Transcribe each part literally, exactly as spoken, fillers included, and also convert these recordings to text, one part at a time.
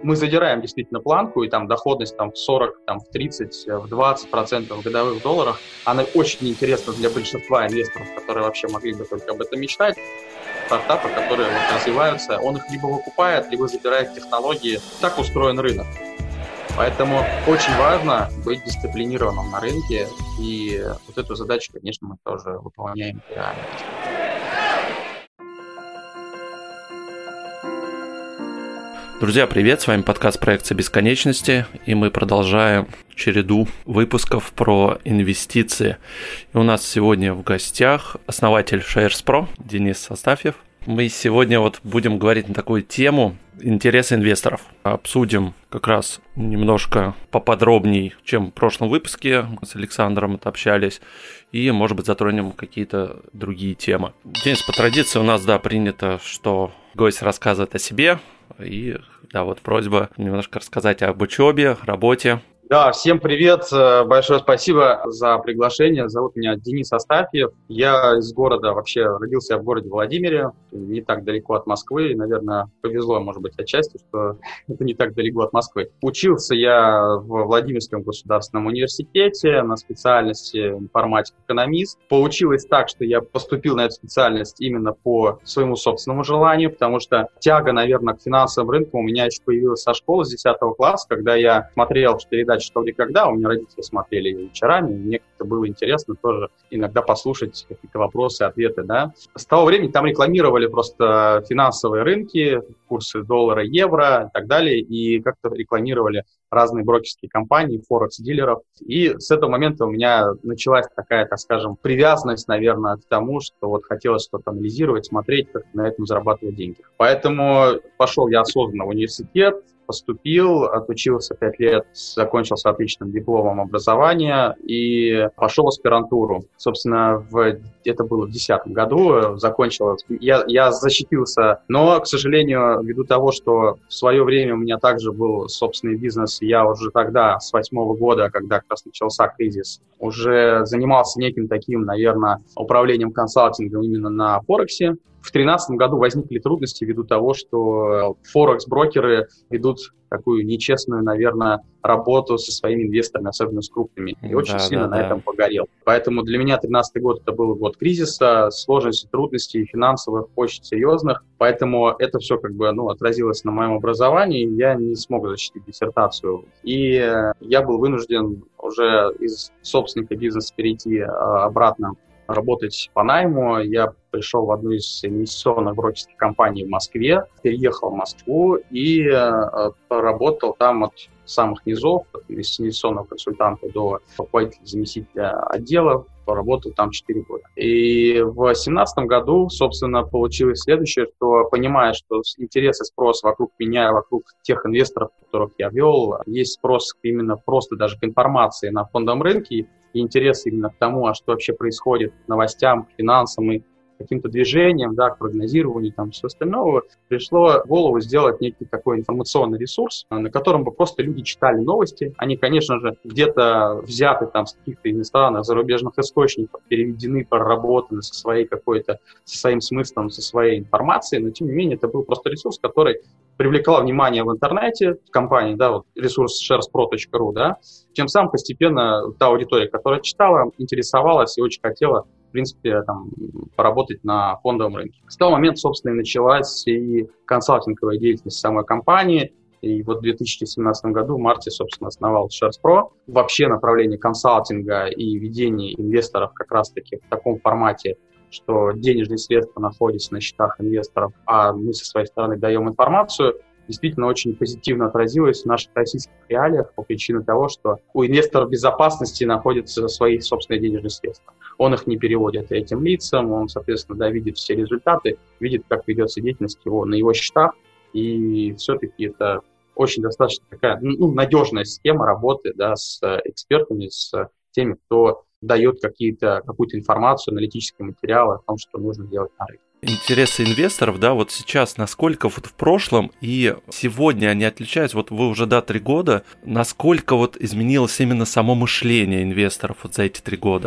Мы задираем действительно планку, и там доходность там, в сорок, там, в тридцать, в двадцать процентов годовых в долларах. Она очень интересна для большинства инвесторов, которые вообще могли бы только об этом мечтать. Стартапы, которые вот развиваются, он их либо выкупает, либо забирает технологии. Так устроен рынок. Поэтому очень важно быть дисциплинированным на рынке, и вот эту задачу, конечно, мы тоже выполняем реально. Друзья, привет! С вами подкаст «Проекция бесконечности», и мы продолжаем череду выпусков про инвестиции. И у нас сегодня в гостях основатель SharesPro Денис Астафьев. Мы сегодня вот будем говорить на такую тему интересы инвесторов. Обсудим как раз немножко поподробней, чем в прошлом выпуске. Мы с Александром общались. И, может быть, затронем какие-то другие темы. Денис, по традиции у нас, да, принято, что гость рассказывает о себе. И, да, вот просьба немножко рассказать об учебе, работе. Да, всем привет, большое спасибо за приглашение. Зовут меня Денис Астафьев. Я из города, вообще родился в городе Владимире, не так далеко от Москвы. Наверное, повезло, может быть, отчасти, что это не так далеко от Москвы. Учился я в Владимирском государственном университете на специальности информатик-экономист. Получилось так, что я поступил на эту специальность именно по своему собственному желанию, потому что тяга, наверное, к финансовым рынкам у меня еще появилась со школы, с десятого класса, когда я смотрел передачи «Что, где, когда». У меня родители смотрели вечерами, мне как-то было интересно тоже иногда послушать какие-то вопросы, ответы, да. С того времени там рекламировали просто финансовые рынки, курсы доллара, евро и так далее, и как-то рекламировали разные брокерские компании, форекс-дилеров. И с этого момента у меня началась такая, так скажем, привязанность, наверное, к тому, что вот хотелось что-то анализировать, смотреть, как на этом зарабатывать деньги. Поэтому пошел я осознанно в университет, поступил, отучился пять лет, закончил с отличным дипломом образования и пошел в аспирантуру. Собственно, в, это было в две тысячи десятом году, закончил, я, я защитился, но, к сожалению, ввиду того, что в свое время у меня также был собственный бизнес, я уже тогда, с восьмого года, когда как раз начался кризис, уже занимался неким таким, наверное, управлением консалтингом именно на Форексе. В две тысячи тринадцатом году возникли трудности ввиду того, что форекс-брокеры ведут такую нечестную, наверное, работу со своими инвесторами, особенно с крупными. И очень да, сильно да, на да. этом погорел. Поэтому для меня две тысячи тринадцатый год это был год кризиса, сложностей, трудностей финансовых очень серьезных. Поэтому это все как бы ну, отразилось на моем образовании. Я не смог защитить диссертацию. И я был вынужден уже из собственника бизнеса перейти обратно работать по найму. Я пришел в одну из инвестиционных брокерских компаний в Москве, переехал в Москву и э, поработал там от самых низов, от инвестиционного консультанта до руководителя, заместителя отдела, поработал там четыре года. И в две тысячи семнадцатом году, собственно, получилось следующее, что, понимая, что интерес и спрос вокруг меня, вокруг тех инвесторов, которых я вел, есть спрос именно просто даже к информации на фондовом рынке, и интерес именно к тому, а что вообще происходит, к новостям, к финансам и каким-то движениям, да, к прогнозированию, там, все остальное, пришло в голову сделать некий такой информационный ресурс, на котором бы просто люди читали новости. Они, конечно же, где-то взяты там с каких-то иностранных, зарубежных источников, переведены, проработаны со своей какой-то, со своим смыслом, со своей информацией, но, тем не менее, это был просто ресурс, который привлекал внимание в интернете, в компании, да, вот ресурс шерспро точка ру, да, тем самым постепенно та аудитория, которая читала, интересовалась и очень хотела в принципе, там, поработать на фондовом рынке. С того момента, собственно, и началась и консалтинговая деятельность самой компании. И вот в две тысячи семнадцатом году, в марте, собственно, основал SharesPro. Вообще направление консалтинга и ведения инвесторов как раз-таки в таком формате, что денежные средства находятся на счетах инвесторов, а мы со своей стороны даем информацию, действительно очень позитивно отразилось в наших российских реалиях по причине того, что у инвесторов безопасности находятся свои собственные денежные средства. Он их не переводит этим лицам, он, соответственно, да, видит все результаты, видит, как ведется деятельность его, на его счетах, и все-таки это очень достаточно такая ну, надежная схема работы да, с экспертами, с теми, кто дает какие-то, какую-то информацию, аналитические материалы о том, что нужно делать на рынке. Интересы инвесторов, да, вот сейчас, насколько вот в прошлом и сегодня они отличаются, вот вы уже, да, три года, насколько вот изменилось именно само мышление инвесторов вот за эти три года?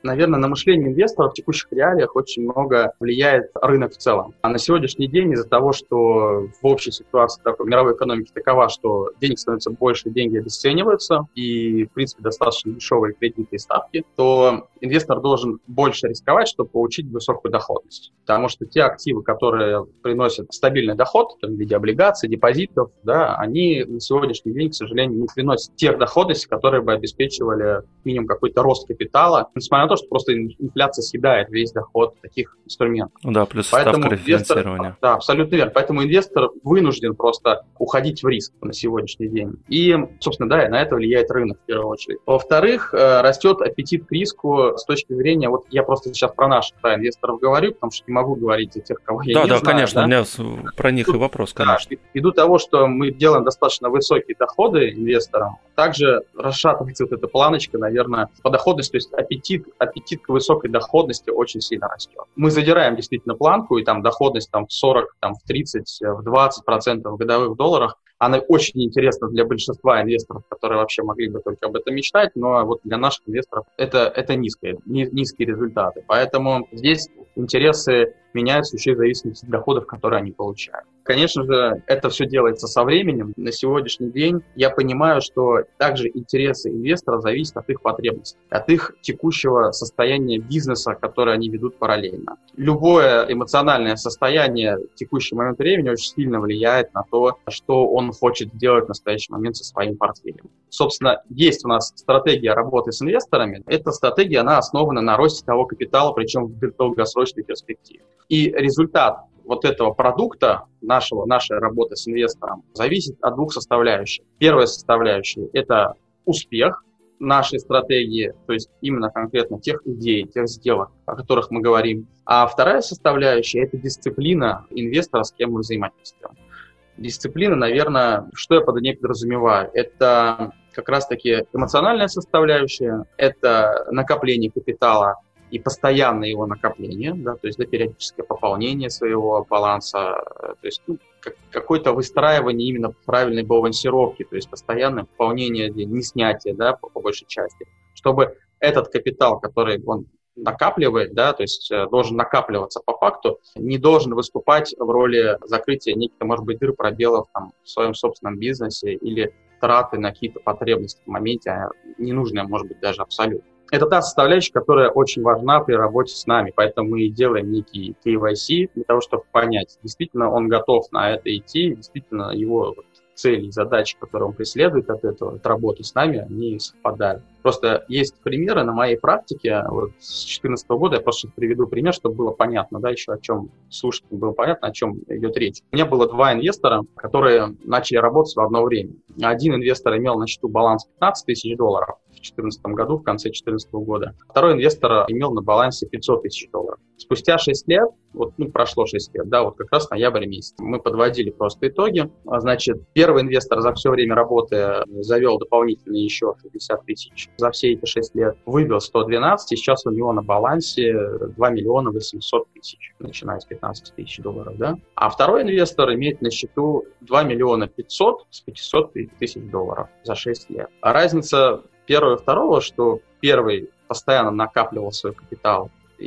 наверное, на мышление инвесторов в текущих реалиях очень много влияет рынок в целом. А на сегодняшний день из-за того, что в общей ситуации такой мировой экономики такова, что денег становится больше, деньги обесцениваются, и, в принципе, достаточно дешевые кредитные ставки, то инвестор должен больше рисковать, чтобы получить высокую доходность. Потому что те активы, которые приносят стабильный доход в виде облигаций, депозитов, да, они на сегодняшний день, к сожалению, не приносят тех доходностей, которые бы обеспечивали минимум какой-то рост капитала, несмотря на то, что просто инфляция съедает весь доход таких инструментов. Да, плюс ставка рефинансирования. Инвестор, да, абсолютно верно. Поэтому инвестор вынужден просто уходить в риск на сегодняшний день. И, собственно, да, на это влияет рынок в первую очередь. Во-вторых, растет аппетит к риску с точки зрения, вот я просто сейчас про наших да, инвесторов говорю, потому что не могу говорить о тех, кого я да, не да, знаю. Конечно, да, конечно, у меня про них Тут, и вопрос, конечно. Да, ввиду того, что мы делаем достаточно высокие доходы инвесторам, также расшатывается вот эта планочка, наверное, по доходности, то есть аппетит, аппетит к высокой доходности очень сильно растет. Мы задираем действительно планку, и там доходность там, в сорок, там, в тридцать, в двадцать процентов в годовых долларах. Она очень интересна для большинства инвесторов, которые вообще могли бы только об этом мечтать, но вот для наших инвесторов это, это низкие, низкие результаты. Поэтому здесь интересы меняются еще в зависимости от доходов, которые они получают. Конечно же, это все делается со временем. На сегодняшний день я понимаю, что также интересы инвестора зависят от их потребностей, от их текущего состояния бизнеса, которое они ведут параллельно. Любое эмоциональное состояние в текущий момент времени очень сильно влияет на то, что он хочет сделать в настоящий момент со своим портфелем. Собственно, есть у нас стратегия работы с инвесторами. Эта стратегия, она основана на росте того капитала, причем в долгосрочной перспективе. И результат вот этого продукта, нашего, нашей работы с инвестором, зависит от двух составляющих. Первая составляющая – это успех нашей стратегии, то есть именно конкретно тех идей, тех сделок, о которых мы говорим. А вторая составляющая – это дисциплина инвестора, с кем мы взаимодействуем. Дисциплина, наверное, что я под ней подразумеваю? Это как раз-таки эмоциональная составляющая, это накопление капитала и постоянное его накопление, да, то есть да, периодическое пополнение своего баланса, то есть ну, как, какое-то выстраивание именно правильной балансировки, то есть постоянное пополнение, не снятие, да, по, по большей части, чтобы этот капитал, который он накапливает, да, то есть должен накапливаться по факту, не должен выступать в роли закрытия неких, может быть, дыр, пробелов там, в своем собственном бизнесе или траты на какие-то потребности в моменте, а ненужные, может быть, даже абсолютно. Это та составляющая, которая очень важна при работе с нами, поэтому мы делаем некий кей вай си для того, чтобы понять, действительно он готов на это идти, действительно его цели и задачи, которые он преследует от этого, от работы с нами, они совпадают. Просто есть примеры на моей практике, вот с две тысячи четырнадцатого года, я просто приведу пример, чтобы было понятно, да, еще о чем слушателям было понятно, о чем идет речь. У меня было два инвестора, которые начали работать в одно время. Один инвестор имел на счету баланс пятнадцать тысяч долларов в две тысячи четырнадцатом году, в конце две тысячи четырнадцатого года. Второй инвестор имел на балансе пятьсот тысяч долларов. Спустя шесть лет, вот, ну, прошло шесть лет, да, вот как раз ноябрь месяц, мы подводили просто итоги. Значит, первый инвестор за все время работы завел дополнительно еще шестьдесят тысяч за все эти шесть лет, вывел сто двенадцать, и сейчас у него на балансе два миллиона восемьсот тысяч, начиная с пятнадцати тысяч долларов, да. А второй инвестор имеет на счету два миллиона пятьсот с пятисот тысяч долларов за шесть лет. А разница первого и второго, что первый постоянно накапливал свой капитал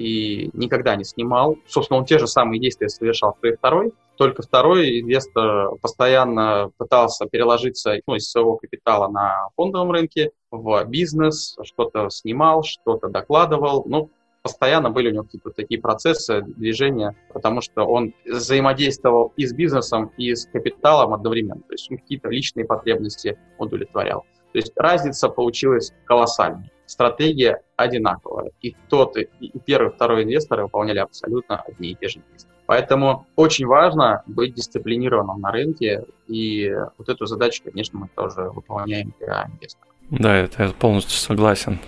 и никогда не снимал. Собственно, он те же самые действия совершал, что и второй, только второй инвестор постоянно пытался переложиться, ну, из своего капитала на фондовом рынке в бизнес, что-то снимал, что-то докладывал, ну, постоянно были у него какие-то такие процессы, движения, потому что он взаимодействовал и с бизнесом, и с капиталом одновременно, то есть он какие-то личные потребности удовлетворял. То есть разница получилась колоссальной. Стратегия одинаковая. И тот, и первый, и второй инвесторы выполняли абсолютно одни и те же действия. Поэтому очень важно быть дисциплинированным на рынке, и вот эту задачу, конечно, мы тоже выполняем для инвесторов. Да, это я полностью согласен.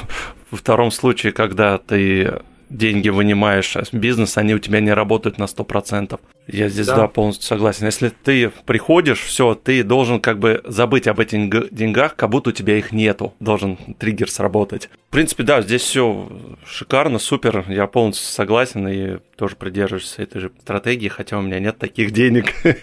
Во втором случае, когда ты деньги вынимаешь из бизнеса, они у тебя не работают на сто процентов. Я здесь, Да. да, полностью согласен. Если ты приходишь, все, ты должен как бы забыть об этих деньгах, как будто у тебя их нету. Должен триггер сработать. В принципе, да, здесь все шикарно, супер. Я полностью согласен и тоже придерживаюсь этой же стратегии, хотя у меня нет таких денег.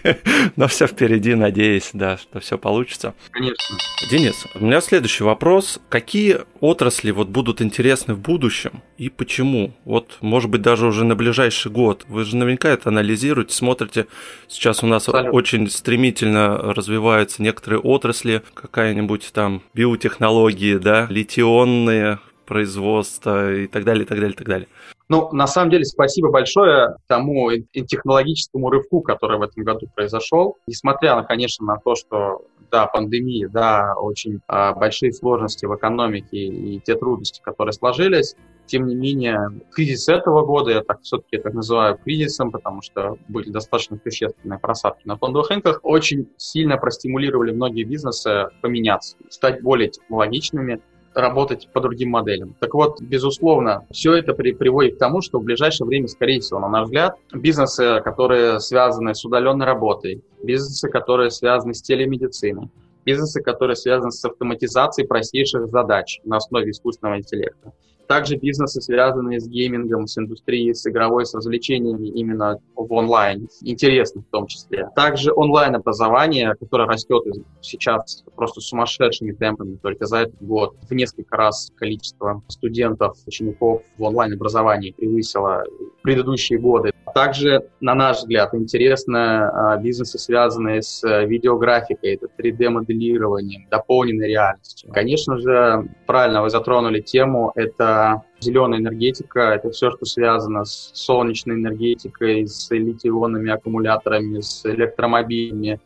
Но все впереди, надеюсь, да, что все получится. Конечно. Денис, у меня следующий вопрос. Какие отрасли вот будут интересны в будущем и почему? Вот, может быть, даже уже на ближайший год. Вы же наверняка это анализируете, смотрите. Сейчас у нас Абсолютно. очень стремительно развиваются некоторые отрасли, какая-нибудь там биотехнологии, да, литионные производства и так далее, и так далее, и так далее. Ну, на самом деле, спасибо большое тому и технологическому рывку, который в этом году произошел. Несмотря, на, конечно, на то, что, да, пандемия, да, очень а, большие сложности в экономике и те трудности, которые сложились, тем не менее, кризис этого года, я так все-таки так называю кризисом, потому что были достаточно существенные просадки на фондовых рынках, очень сильно простимулировали многие бизнесы поменяться, стать более технологичными, работать по другим моделям. Так вот, безусловно, все это при, приводит к тому, что в ближайшее время, скорее всего, на наш взгляд, бизнесы, которые связаны с удаленной работой, бизнесы, которые связаны с телемедициной, бизнесы, которые связаны с автоматизацией простейших задач на основе искусственного интеллекта. Также бизнесы, связанные с геймингом, с индустрией, с игровой, с развлечениями именно в онлайн, интересно в том числе. Также онлайн-образование, которое растет сейчас просто сумасшедшими темпами, только за этот год в несколько раз количество студентов, учеников в онлайн-образовании превысило предыдущие годы. Также, на наш взгляд, интересно бизнесы, связанные с видеографикой, это три дэ-моделированием, дополненной реальностью. Конечно же, правильно вы затронули тему, это зеленая энергетика, это все, что связано с солнечной энергетикой, с литий-ионными аккумуляторами, с электромобилями,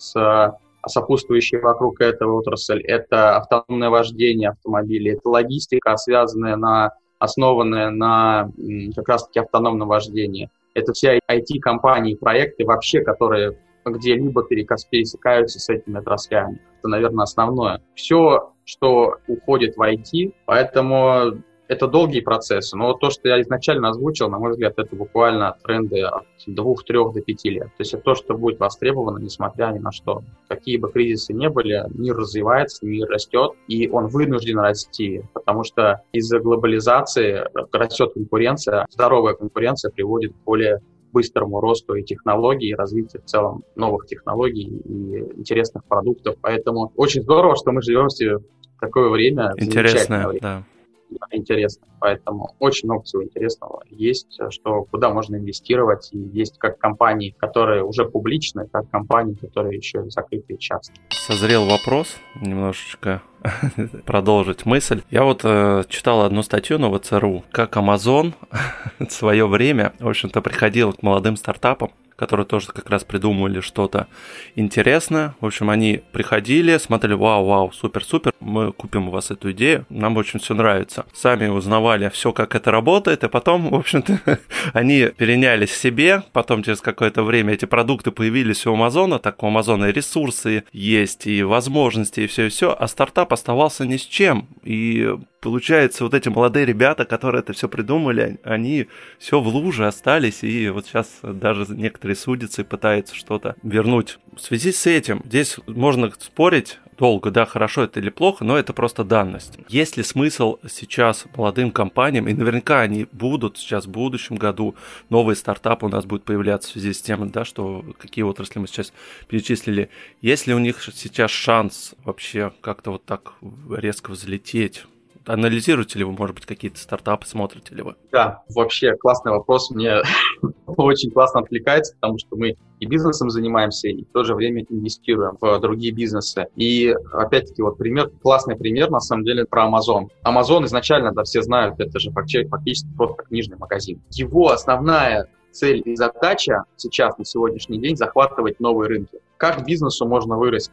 с сопутствующей вокруг этого отрасль. Это автономное вождение автомобилей, это логистика, связанная на, основанная на как раз-таки автономном вождении. Это все ай ти-компании, проекты вообще, которые где-либо пересекаются с этими отраслями. Это, наверное, основное. Все, что уходит в ай ти, поэтому это долгие процессы. Но вот то, что я изначально озвучил, на мой взгляд, это буквально тренды от двух-трех до пяти лет. То есть это то, что будет востребовано, несмотря ни на что. Какие бы кризисы ни были, мир развивается, мир растет, и он вынужден расти, потому что из-за глобализации растет конкуренция, здоровая конкуренция приводит к более быстрому росту и технологий, и развитию в целом новых технологий и интересных продуктов. Поэтому очень здорово, что мы живем в такое время. Интересное, время. Да. Интересно. Поэтому очень много всего интересного есть, что куда можно инвестировать. И есть как компании, которые уже публичны, так компании, которые еще закрыты часто. Созрел вопрос немножечко продолжить мысль. Я вот э, читал одну статью на вэ цэ эр у, как Amazon в свое время, в общем-то, приходил к молодым стартапам, которые тоже как раз придумывали что-то интересное. В общем, они приходили, смотрели, вау-вау, супер-супер, мы купим у вас эту идею, нам очень все нравится. Сами узнавали все, как это работает, и потом, в общем-то, они переняли себе, потом через какое-то время эти продукты появились у Амазона, так у Амазона и ресурсы есть, и возможности, и все-и-все, а стартап оставался ни с чем. И получается, вот эти молодые ребята, которые это все придумали, они все в луже остались, и вот сейчас даже некоторые судятся и пытаются что-то вернуть. В связи с этим здесь можно спорить долго, да, хорошо это или плохо, но это просто данность. Есть ли смысл сейчас молодым компаниям, и наверняка они будут сейчас в будущем году, новые стартапы у нас будут появляться в связи с тем, да, что какие отрасли мы сейчас перечислили, есть ли у них сейчас шанс вообще как-то вот так резко взлететь? Анализируете ли вы, может быть, какие-то стартапы, смотрите ли вы? Да, вообще классный вопрос, мне очень классно откликается, потому что мы и бизнесом занимаемся, и в то же время инвестируем в другие бизнесы. И опять-таки вот пример, классный пример, на самом деле, про Amazon. Amazon изначально, да, все знают, это же фактически просто книжный магазин. Его основная цель и задача сейчас, на сегодняшний день, захватывать новые рынки. Как бизнесу можно вырасти?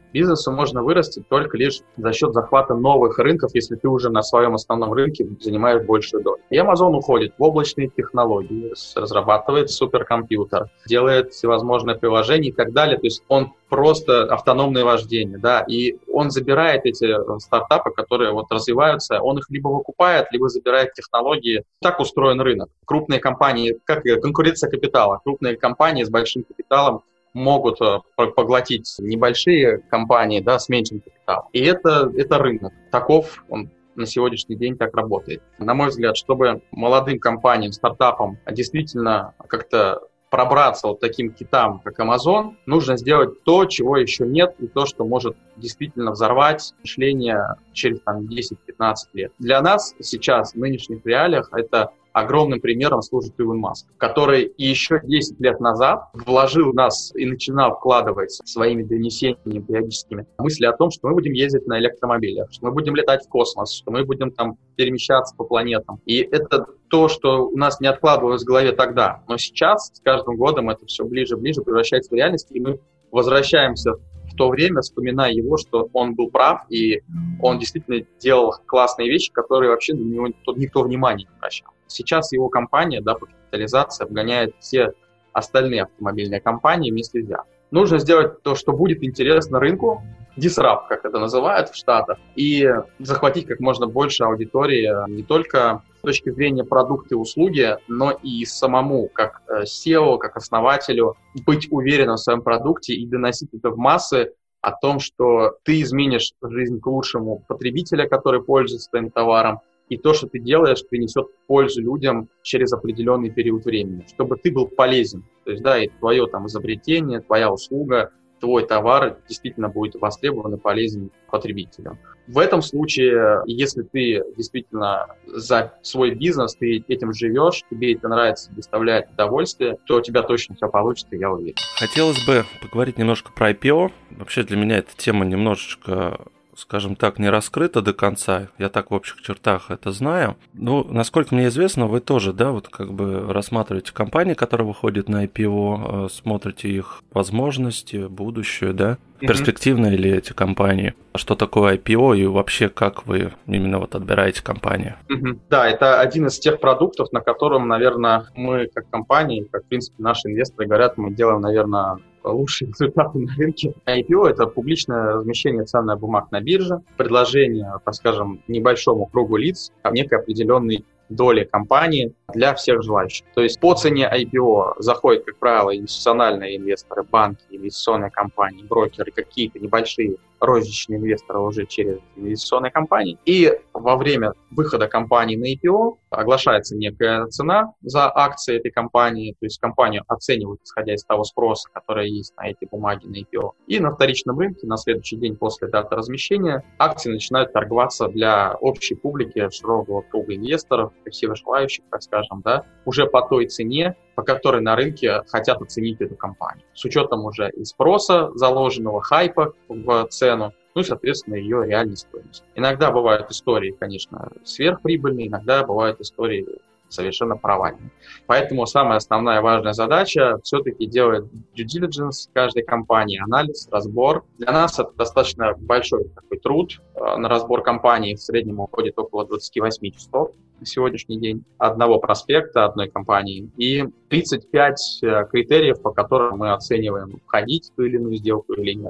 Бизнесу можно вырасти только лишь за счет захвата новых рынков, если ты уже на своем основном рынке занимаешь большую долю. И Amazon уходит в облачные технологии, разрабатывает суперкомпьютер, делает всевозможные приложения и так далее. То есть он просто автономное вождение, да, и он забирает эти стартапы, которые вот развиваются, он их либо выкупает, либо забирает технологии. Так устроен рынок. Крупные компании, как конкуренция капитала, крупные компании с большим капиталом могут поглотить небольшие компании, да, с меньшим капиталом. И это, это рынок. Таков он на сегодняшний день так работает. На мой взгляд, чтобы молодым компаниям, стартапам действительно как-то пробраться вот таким китам, как Amazon, нужно сделать то, чего еще нет, и то, что может действительно взорвать мышление через там, десять-пятнадцать лет. Для нас сейчас, в нынешних реалиях, это огромным примером служит Илон Маск, который еще десять лет назад вложил в нас и начинал вкладывать своими донесениями периодическими мысли о том, что мы будем ездить на электромобилях, что мы будем летать в космос, что мы будем там перемещаться по планетам. И это то, что у нас не откладывалось в голове тогда. Но сейчас, с каждым годом, это все ближе и ближе превращается в реальность, и мы возвращаемся в то время, вспоминая его, что он был прав, и он действительно делал классные вещи, которые вообще на него никто, никто внимания не обращал. Сейчас его компания, да, по капитализации обгоняет все остальные автомобильные компании вместе взятые. Нужно сделать то, что будет интересно рынку, disrupt, как это называют в Штатах, и захватить как можно больше аудитории не только с точки зрения продукта и услуги, но и самому, как си и о, как основателю, быть уверенным в своем продукте и доносить это в массы о том, что ты изменишь жизнь к лучшему потребителя, который пользуется твоим товаром, и то, что ты делаешь, принесет пользу людям через определенный период времени, чтобы ты был полезен. То есть, да, и твое там изобретение, твоя услуга, твой товар действительно будет востребован и полезен потребителям. В этом случае, если ты действительно за свой бизнес, ты этим живешь, тебе это нравится, доставляет удовольствие, то у тебя точно все получится, я уверен. Хотелось бы поговорить немножко про ай пи о. Вообще для меня эта тема немножечко, скажем так, не раскрыта до конца. Я так в общих чертах это знаю. Ну, насколько мне известно, вы тоже, да, вот как бы рассматриваете компании, которые выходят на ай пи о, смотрите их возможности, будущее, да? Mm-hmm. Перспективные ли эти компании? Что такое ай пи о и вообще как вы именно вот отбираете компании? Mm-hmm. Да, это один из тех продуктов, на котором, наверное, мы как компании, как, в принципе, наши инвесторы говорят, мы делаем, наверное, лучшие результаты на рынке. ай пи о – это публичное размещение ценных бумаг на бирже, предложение, так скажем, небольшому кругу лиц, некой определенной доли компании для всех желающих. То есть по цене ай пи о заходят, как правило, инвестиционные инвесторы, банки, инвестиционные компании, брокеры, какие-то небольшие розничные инвесторы уже через инвестиционные компании. И во время выхода компании на ай пи о оглашается некая цена за акции этой компании, то есть компанию оценивают, исходя из того спроса, который есть на эти бумаги на ай пи о. И на вторичном рынке на следующий день после даты размещения акции начинают торговаться для общей публики, широкого круга инвесторов, всех желающих, так скажем, да, уже по той цене, по которой на рынке хотят оценить эту компанию. С учетом уже и спроса, заложенного хайпа в цену, ну и, соответственно, ее реальной стоимости. Иногда бывают истории, конечно, сверхприбыльные, иногда бывают истории совершенно провальные. Поэтому самая основная важная задача все-таки делать due diligence каждой компании, анализ, разбор. Для нас это достаточно большой такой труд. На разбор компании в среднем уходит около двадцать восемь часов на сегодняшний день одного проспекта, одной компании, и тридцать пять критериев, по которым мы оцениваем, входить в ту или иную сделку или нет.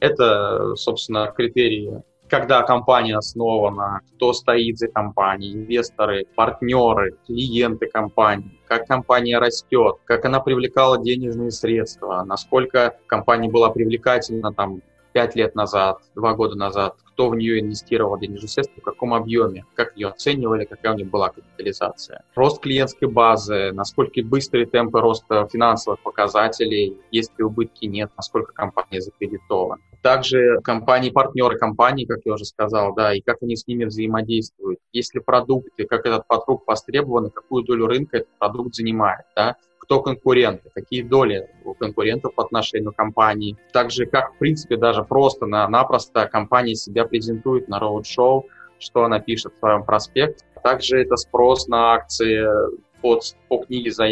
Это, собственно, критерии, когда компания основана, кто стоит за компанией, инвесторы, партнеры, клиенты компании, как компания растет, как она привлекала денежные средства, насколько компания была привлекательна там пять лет назад, два года назад, кто в нее инвестировал денежные средства, в каком объеме, как ее оценивали, какая у нее была капитализация. Рост клиентской базы, насколько быстрые темпы роста финансовых показателей, есть ли убытки, нет, насколько компания закредитована. Также компании-партнеры компании, как я уже сказал, да, и как они с ними взаимодействуют. Есть ли продукты, как этот продукт востребован, какую долю рынка этот продукт занимает, да. Кто конкуренты, какие доли у конкурентов по отношению к компании. Также, как, в принципе, даже просто-напросто компания себя презентует на роуд-шоу, что она пишет в своем проспекте. Также это спрос на акции по, по книге заявок.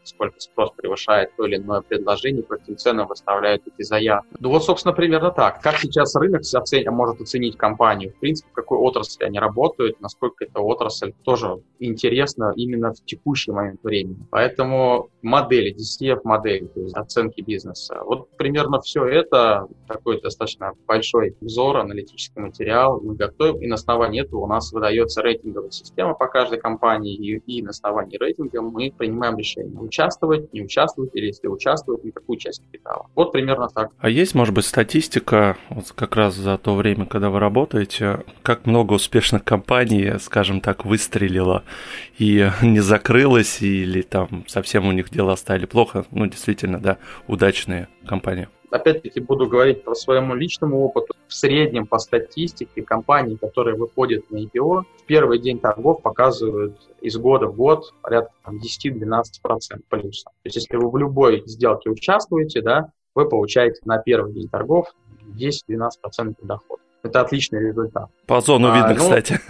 сколько спрос превышает то или иное предложение, по каким ценам выставляют эти заявки. Ну вот, собственно, примерно так. Как сейчас рынок оцен... может оценить компанию? В принципе, в какой отрасли они работают, насколько эта отрасль тоже интересна именно в текущий момент времени. Поэтому модели, ди си эф-модели, то есть оценки бизнеса. Вот примерно все это, такой достаточно большой взор, аналитический материал мы готовим, и на основании этого у нас выдается рейтинговая система по каждой компании, и, и на основании рейтинга мы принимаем решение, участвовать, не участвовать, или если участвовать, на какую часть капитала. Вот примерно так. А есть, может быть, статистика, вот как раз за то время, когда вы работаете, как много успешных компаний, скажем так, выстрелило и не закрылось, или там совсем у них дела стали плохо? Ну, действительно, да, удачные компании. Опять-таки буду говорить по своему личному опыту. В среднем по статистике компании, которые выходят на ай пи о, в первый день торгов показывают из года в год порядка десять-двенадцать процентов плюса. То есть если вы в любой сделке участвуете, да, вы получаете на первый день торгов десять-двенадцать процентов дохода. Это отличный результат. По Озону видно, кстати.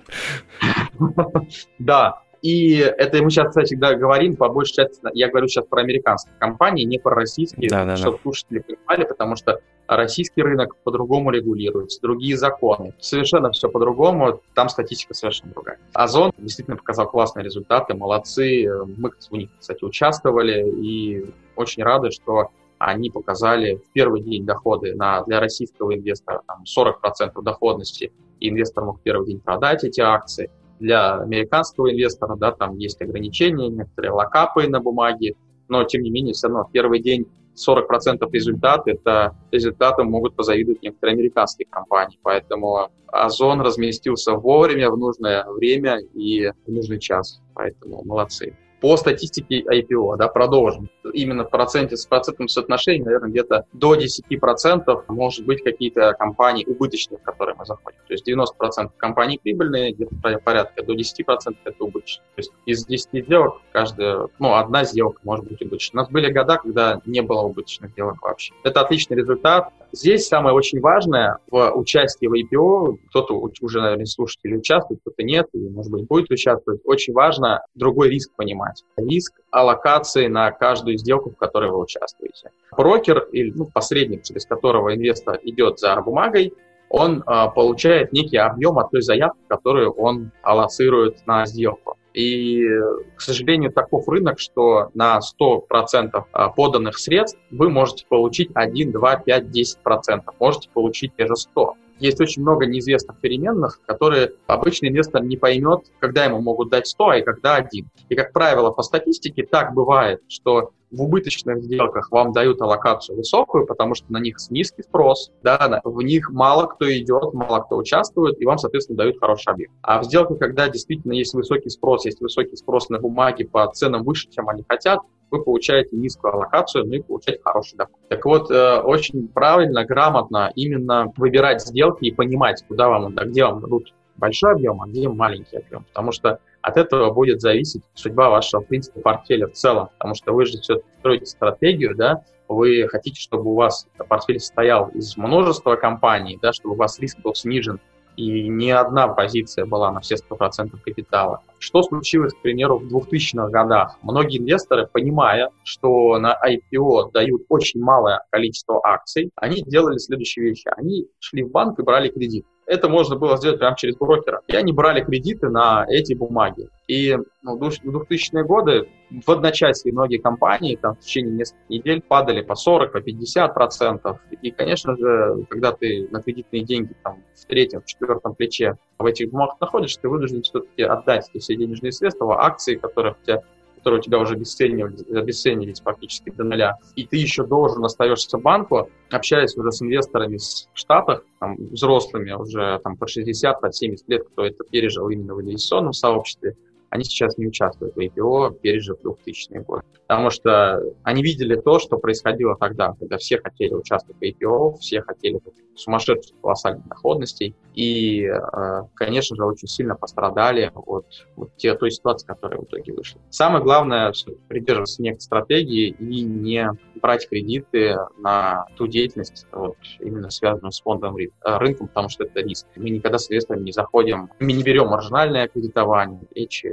Да. И это мы сейчас, кстати, да, говорим, по большей части, я говорю сейчас про американские компании, не про российские, да, да, чтобы да. слушатели понимали, потому что российский рынок по-другому регулируется, другие законы. Совершенно все по-другому, там статистика совершенно другая. Озон действительно показал классные результаты, молодцы. Мы в них, кстати, участвовали и очень рады, что они показали в первый день доходы на, для российского инвестора там, сорок процентов доходности, и инвестор мог в первый день продать эти акции. Для американского инвестора, да, там есть ограничения, некоторые локапы на бумаге, но, тем не менее, все равно в первый день сорок процентов результата, это результатом могут позавидовать некоторые американские компании, поэтому Озон разместился вовремя, в нужное время и в нужный час, поэтому молодцы. По статистике ай пи о, да, продолжим. Именно в проценте, с процентным соотношением, наверное, где-то до десять процентов может быть какие-то компании убыточные, в которые мы заходим. То есть девяносто процентов компаний прибыльные, где-то порядка до десять процентов это убыточные. То есть из десяти сделок каждая, ну, одна сделка может быть убыточной. У нас были года, когда не было убыточных сделок вообще. Это отличный результат. Здесь самое очень важное в участии в ай пи о, кто-то уже, наверное, слушатели участвует, кто-то нет, и, может быть, будет участвовать. Очень важно другой риск понимать. Риск аллокации на каждую сделку, в которой вы участвуете. Брокер, или ну, посредник, через которого инвестор идет за бумагой, он а, получает некий объем от той заявки, которую он аллоцирует на сделку. И, к сожалению, таков рынок, что на сто процентов поданных средств вы можете получить один, два, пять, десять процентов. Можете получить те же сто. Есть очень много неизвестных переменных, которые обычный инвестор не поймет, когда ему могут дать сто, а и когда один. И, как правило, по статистике так бывает, что в убыточных сделках вам дают аллокацию высокую, потому что на них низкий спрос, да, в них мало кто идет, мало кто участвует, и вам, соответственно, дают хороший объем. А в сделках, когда действительно есть высокий спрос, есть высокий спрос на бумаги по ценам выше, чем они хотят, вы получаете низкую аллокацию, но и получаете хороший доход. Так вот, э, очень правильно, грамотно именно выбирать сделки и понимать, куда вам, да, где вам дадут большой объем, а где маленький объем. Потому что от этого будет зависеть судьба вашего, в принципе, портфеля в целом. Потому что вы же все-таки строите стратегию, да, вы хотите, чтобы у вас портфель состоял из множества компаний, да, чтобы у вас риск был снижен, и ни одна позиция была на все сто процентов капитала. Что случилось, к примеру, в двухтысячных годах? Многие инвесторы, понимая, что на ай пи о дают очень малое количество акций, они делали следующие вещи. Они шли в банк и брали кредит. Это можно было сделать прямо через брокера. И они брали кредиты на эти бумаги. И ну, в двухтысячные годы в одночасье многие компании там, в течение нескольких недель падали по сорок, по пятьдесят процентов. И, конечно же, когда ты на кредитные деньги там, в третьем, в четвертом плече в этих бумагах находишься, ты вынужден все-таки отдать эти все денежные средства, акции, которые у тебя которые у тебя уже обесценивались, обесценились практически до нуля, и ты еще должен остаешься банку, общаясь уже с инвесторами в Штатах, там, взрослыми уже там, по шестьдесят, по семьдесят лет, кто это пережил именно в инвестиционном сообществе, они сейчас не участвуют в ай пи о, пережив двухтысячные годы. Потому что они видели то, что происходило тогда, когда все хотели участвовать в ай пи о, все хотели сумасшедших колоссальных доходностей, и, конечно же, очень сильно пострадали от вот те, той ситуации, которая в итоге вышла. Самое главное — придерживаться некой стратегии и не брать кредиты на ту деятельность, вот, именно связанную с фондовым рынком, потому что это риск. Мы никогда с инвесторами не заходим, мы не берем маржинальное кредитование, речь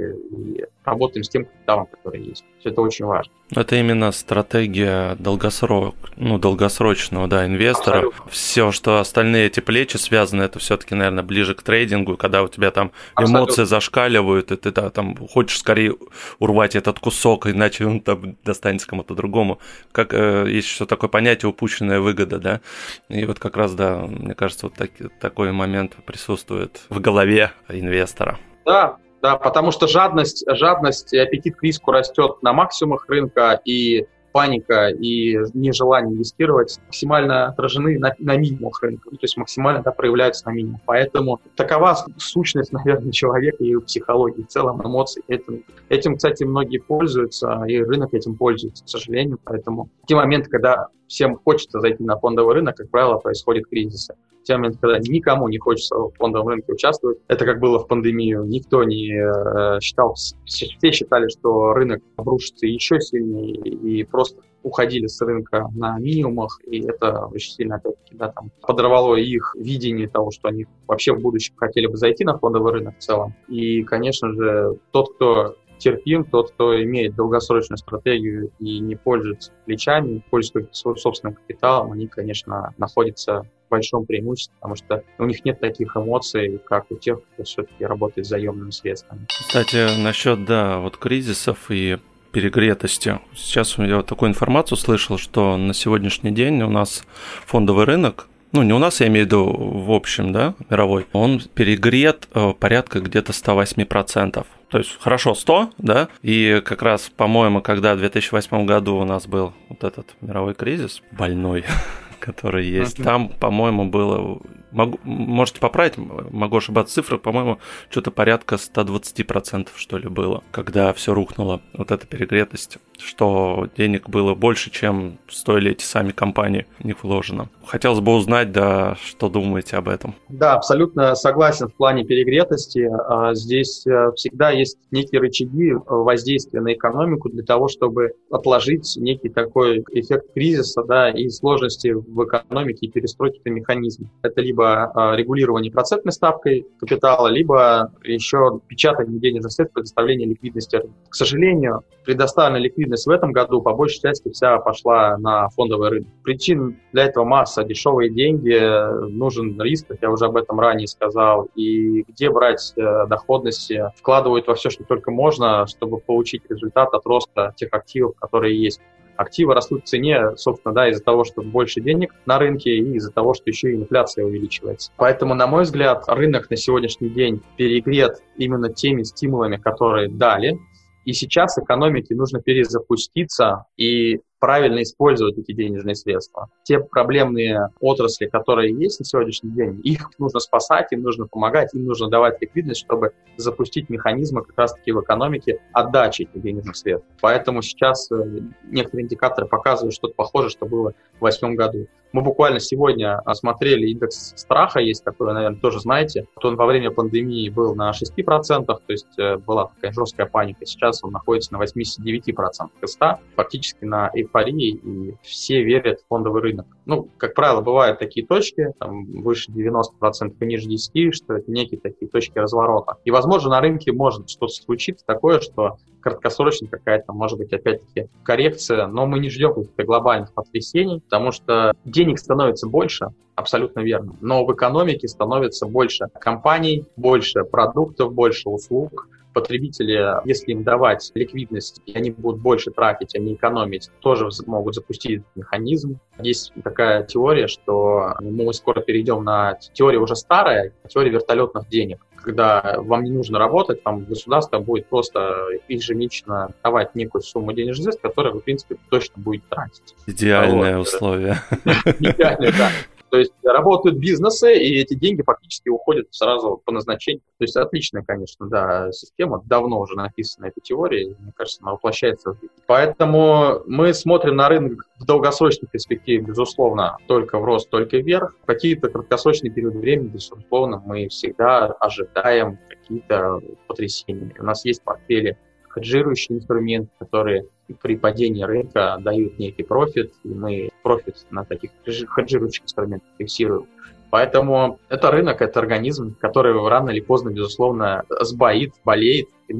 и работаем с тем капиталом, который есть. Все это очень важно. Это именно стратегия долгосрок, ну, долгосрочного, да, инвестора. Абсолютно. Все, что остальные эти плечи связаны, это все-таки, наверное, ближе к трейдингу, когда у тебя там эмоции Абсолютно. зашкаливают, и ты да, там хочешь скорее урвать этот кусок, иначе он там достанется кому-то другому. Как э, есть еще такое понятие упущенная выгода, да. И вот как раз, да, мне кажется, вот так, такой момент присутствует в голове инвестора. Да. Да, потому что жадность, жадность и аппетит к риску растет на максимумах рынка, и паника и нежелание инвестировать максимально отражены на, на минимумах рынка, то есть максимально да, проявляются на минимум. Поэтому такова сущность, наверное, человека и психологии в целом, эмоций. Этим, этим, кстати, многие пользуются, и рынок этим пользуется, к сожалению. Поэтому в те моменты, когда всем хочется зайти на фондовый рынок, как правило, происходят кризисы. В те моменты, когда никому не хочется в фондовом рынке участвовать, это как было в пандемию, никто не э, считал, все считали, что рынок обрушится еще сильнее, и просто уходили с рынка на минимумах, и это очень сильно, опять-таки, да, там, подорвало их видение того, что они вообще в будущем хотели бы зайти на фондовый рынок в целом. И, конечно же, тот, кто терпим, тот, кто имеет долгосрочную стратегию и не пользуется плечами, пользуется своим собственным капиталом, они, конечно, находятся в большом преимуществе, потому что у них нет таких эмоций, как у тех, кто все-таки работает с заемными средствами. Кстати, насчет, да, вот кризисов и перегретости. Сейчас я вот такую информацию слышал, что на сегодняшний день у нас фондовый рынок, ну, не у нас, я имею в виду в общем, да, мировой, он перегрет э, порядка где-то сто восемь процентов. То есть, хорошо, сто, да, и как раз, по-моему, когда в две тысячи восьмом году у нас был вот этот мировой кризис, больной, который есть, там, по-моему, было, могу, можете поправить, могу ошибаться цифры, по-моему, что-то порядка сто двадцать процентов, что ли, было, когда все рухнуло, вот эта перегретость, что денег было больше, чем стоили эти сами компании, в них вложено. Хотелось бы узнать, да, что думаете об этом. Да, абсолютно согласен в плане перегретости. Здесь всегда есть некие рычаги воздействия на экономику для того, чтобы отложить некий такой эффект кризиса, да, и сложности в экономике и перестроить этот механизм. Это либо регулирование процентной ставкой капитала, либо еще печатание денежных средств, предоставление ликвидности. К сожалению, предоставленная ликвидность в этом году по большей части вся пошла на фондовый рынок. Причин для этого масса. Дешевые деньги, нужен риск, как я уже об этом ранее сказал, и где брать доходности, вкладывают во все, что только можно, чтобы получить результат от роста тех активов, которые есть. Активы растут в цене, собственно, да, из-за того, что больше денег на рынке и из-за того, что еще и инфляция увеличивается. Поэтому, на мой взгляд, рынок на сегодняшний день перегрет именно теми стимулами, которые дали. И сейчас экономике нужно перезапуститься и правильно использовать эти денежные средства. Те проблемные отрасли, которые есть на сегодняшний день, их нужно спасать, им нужно помогать, им нужно давать ликвидность, чтобы запустить механизмы как раз-таки в экономике отдачи этих денежных средств. Поэтому сейчас некоторые индикаторы показывают что-то похожее, что было в две тысячи восьмом году. Мы буквально сегодня осмотрели индекс страха, есть такой, вы, наверное, тоже знаете. Вот он во время пандемии был на шесть процентов, то есть была такая жесткая паника. Сейчас он находится на восемьдесят девять процентов из ста, фактически на эйфории, и все верят в фондовый рынок. Ну, как правило, бывают такие точки, там, выше девяносто процентов и ниже десять процентов, что это некие такие точки разворота. И, возможно, на рынке может что-то случиться такое, что краткосрочно какая-то, может быть, опять-таки коррекция, но мы не ждем каких-то глобальных потрясений, потому что денег становится больше, абсолютно верно, но в экономике становится больше компаний, больше продуктов, больше услуг. Потребители, если им давать ликвидность, и они будут больше тратить, а не экономить, тоже могут запустить механизм. Есть такая теория, что мы скоро перейдем на теорию уже старая, теория вертолетных денег. Когда вам не нужно работать, там государство будет просто ежемесячно давать некую сумму денежных средств, которую вы, в принципе, точно будете тратить. Идеальное условие. Идеальное, да. То есть работают бизнесы, и эти деньги фактически уходят сразу по назначению. То есть отличная, конечно, да, система. Давно уже написана эта теория, мне кажется, она воплощается в жизнь. Поэтому мы смотрим на рынок в долгосрочной перспективе, безусловно, только в рост, только вверх. В какие-то краткосрочные периоды времени, безусловно, мы всегда ожидаем какие-то потрясения. У нас есть в портфеле хеджирующие инструменты, которые при падении рынка дают некий профит, и мы профит на таких хеджирующих инструментах фиксируем. Поэтому это рынок, это организм, который рано или поздно, безусловно, сбоит, болеет. И, ну,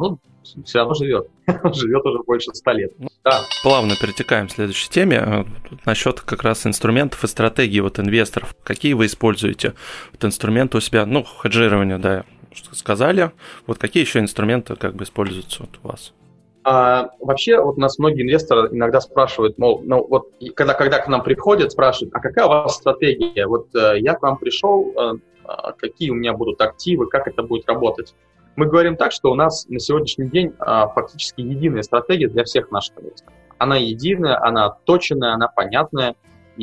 все равно живет. Живет уже больше ста лет. Да. Плавно перетекаем к следующей теме. Насчет как раз инструментов и стратегий вот инвесторов. Какие вы используете вот инструменты у себя? Ну, хеджирование, да, что сказали. Вот какие еще инструменты как бы используются вот у вас? А, вообще, вот нас многие инвесторы иногда спрашивают, мол, ну вот когда, когда к нам приходят, спрашивают, а какая у вас стратегия? Вот э, я к вам пришел, э, какие у меня будут активы, как это будет работать? Мы говорим так, что у нас на сегодняшний день э, фактически единая стратегия для всех наших инвесторов. Она единая, она точная, она понятная,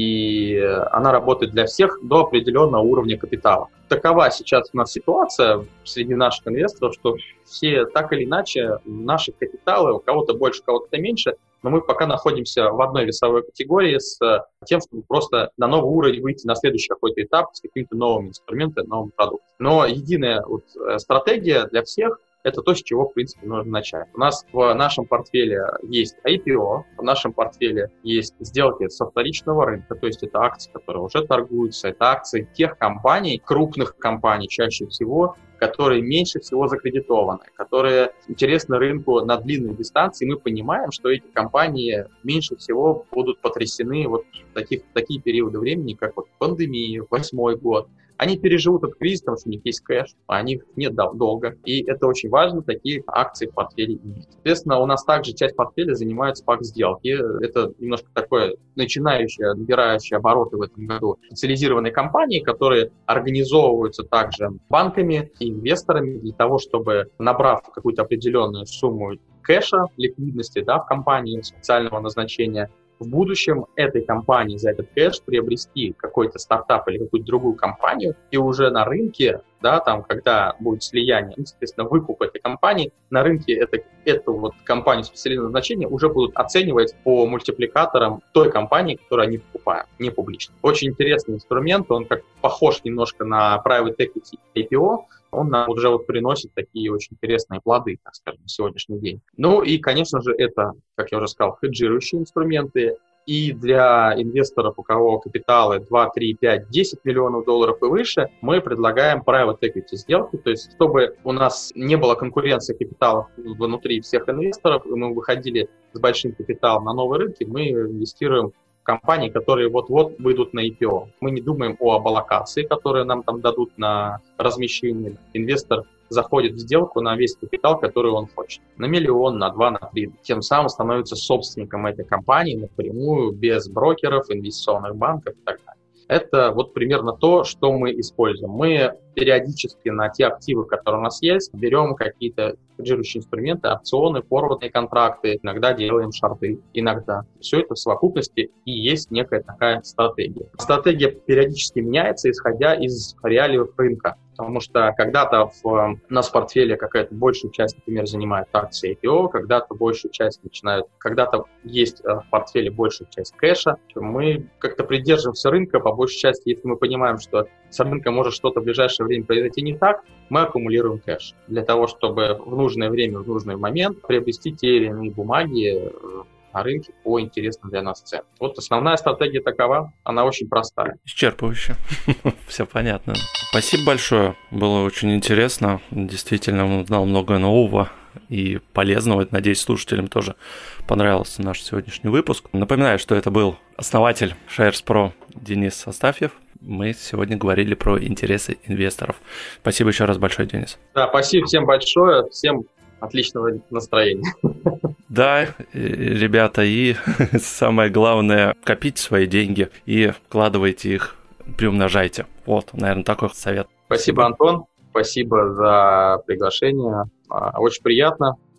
и она работает для всех до определенного уровня капитала. Такова сейчас у нас ситуация среди наших инвесторов, что все так или иначе наши капиталы, у кого-то больше, у кого-то меньше, но мы пока находимся в одной весовой категории с тем, чтобы просто на новый уровень выйти на следующий какой-то этап с какими-то новыми инструментами, новым продуктом. Но единая вот стратегия для всех — это то, с чего, в принципе, нужно начать. У нас в нашем портфеле есть ай пи о, в нашем портфеле есть сделки со вторичного рынка, то есть это акции, которые уже торгуются, это акции тех компаний, крупных компаний чаще всего, которые меньше всего закредитованы, которые интересны рынку на длинной дистанции. Мы понимаем, что эти компании меньше всего будут потрясены вот в таких, такие периоды времени, как вот пандемия, восьмой год. Они переживут этот кризис, потому что у них есть кэш, а у них нет долга. И это очень важно, такие акции в портфеле иметь. Соответственно, у нас также часть портфеля занимает спак-сделки. Это немножко такое начинающее, набирающее обороты в этом году специализированные компании, которые организовываются также банками и инвесторами для того, чтобы, набрав какую-то определенную сумму кэша, ликвидности, да, в компании специального назначения, в будущем этой компании за этот кэш приобрести какой-то стартап или какую-то другую компанию, и уже на рынке, да, там, когда будет слияние, ну, соответственно, выкуп этой компании, на рынке это, эту вот компанию специального назначения уже будут оценивать по мультипликаторам той компании, которую они покупают, не публично. Очень интересный инструмент, он как похож немножко на private equity ай пи о, он нам уже вот приносит такие очень интересные плоды, так скажем, на сегодняшний день. Ну и, конечно же, это, как я уже сказал, хеджирующие инструменты. И для инвесторов, у кого капиталы два, три, пять, десять миллионов долларов и выше, мы предлагаем private equity сделки, то есть чтобы у нас не было конкуренции капиталов внутри всех инвесторов, и мы выходили с большим капиталом на новые рынки, мы инвестируем компаний, которые вот-вот выйдут на ай пи о. Мы не думаем о аллокации, которые нам там дадут на размещение. Инвестор заходит в сделку на весь капитал, который он хочет. На миллион, на два, на три. Тем самым становится собственником этой компании напрямую, без брокеров, инвестиционных банков и так далее. Это вот примерно то, что мы используем. Мы периодически на те активы, которые у нас есть, берем какие-то хеджирующие инструменты, опционы, форвардные контракты, иногда делаем шорты, иногда. Все это в совокупности и есть некая такая стратегия. Стратегия периодически меняется, исходя из реалий рынка. Потому что когда-то в, у нас в портфеле какая-то большая часть, например, занимает акции ай пи о, когда-то большую часть начинают, когда-то есть в портфеле большая часть кэша. Мы как-то придерживаемся рынка, по большей части, если мы понимаем, что с рынком может что-то в ближайшее время произойти не так, мы аккумулируем кэш для того, чтобы в нужное время, в нужный момент приобрести те или иные бумаги на рынке по интересным для нас ценам. Вот основная стратегия такова, она очень простая. Исчерпывающе. Все понятно. Спасибо большое. Было очень интересно. Действительно, узнал много нового и полезного. Надеюсь, слушателям тоже понравился наш сегодняшний выпуск. Напоминаю, что это был основатель SharesPro Денис Астафьев. Мы сегодня говорили про интересы инвесторов. Спасибо еще раз большое, Денис. Да, спасибо всем большое. Всем отличного настроения. Да, ребята, и самое главное, копите свои деньги и вкладывайте их, приумножайте. Вот, наверное, такой совет. Спасибо, Антон. Спасибо за приглашение. Очень приятно.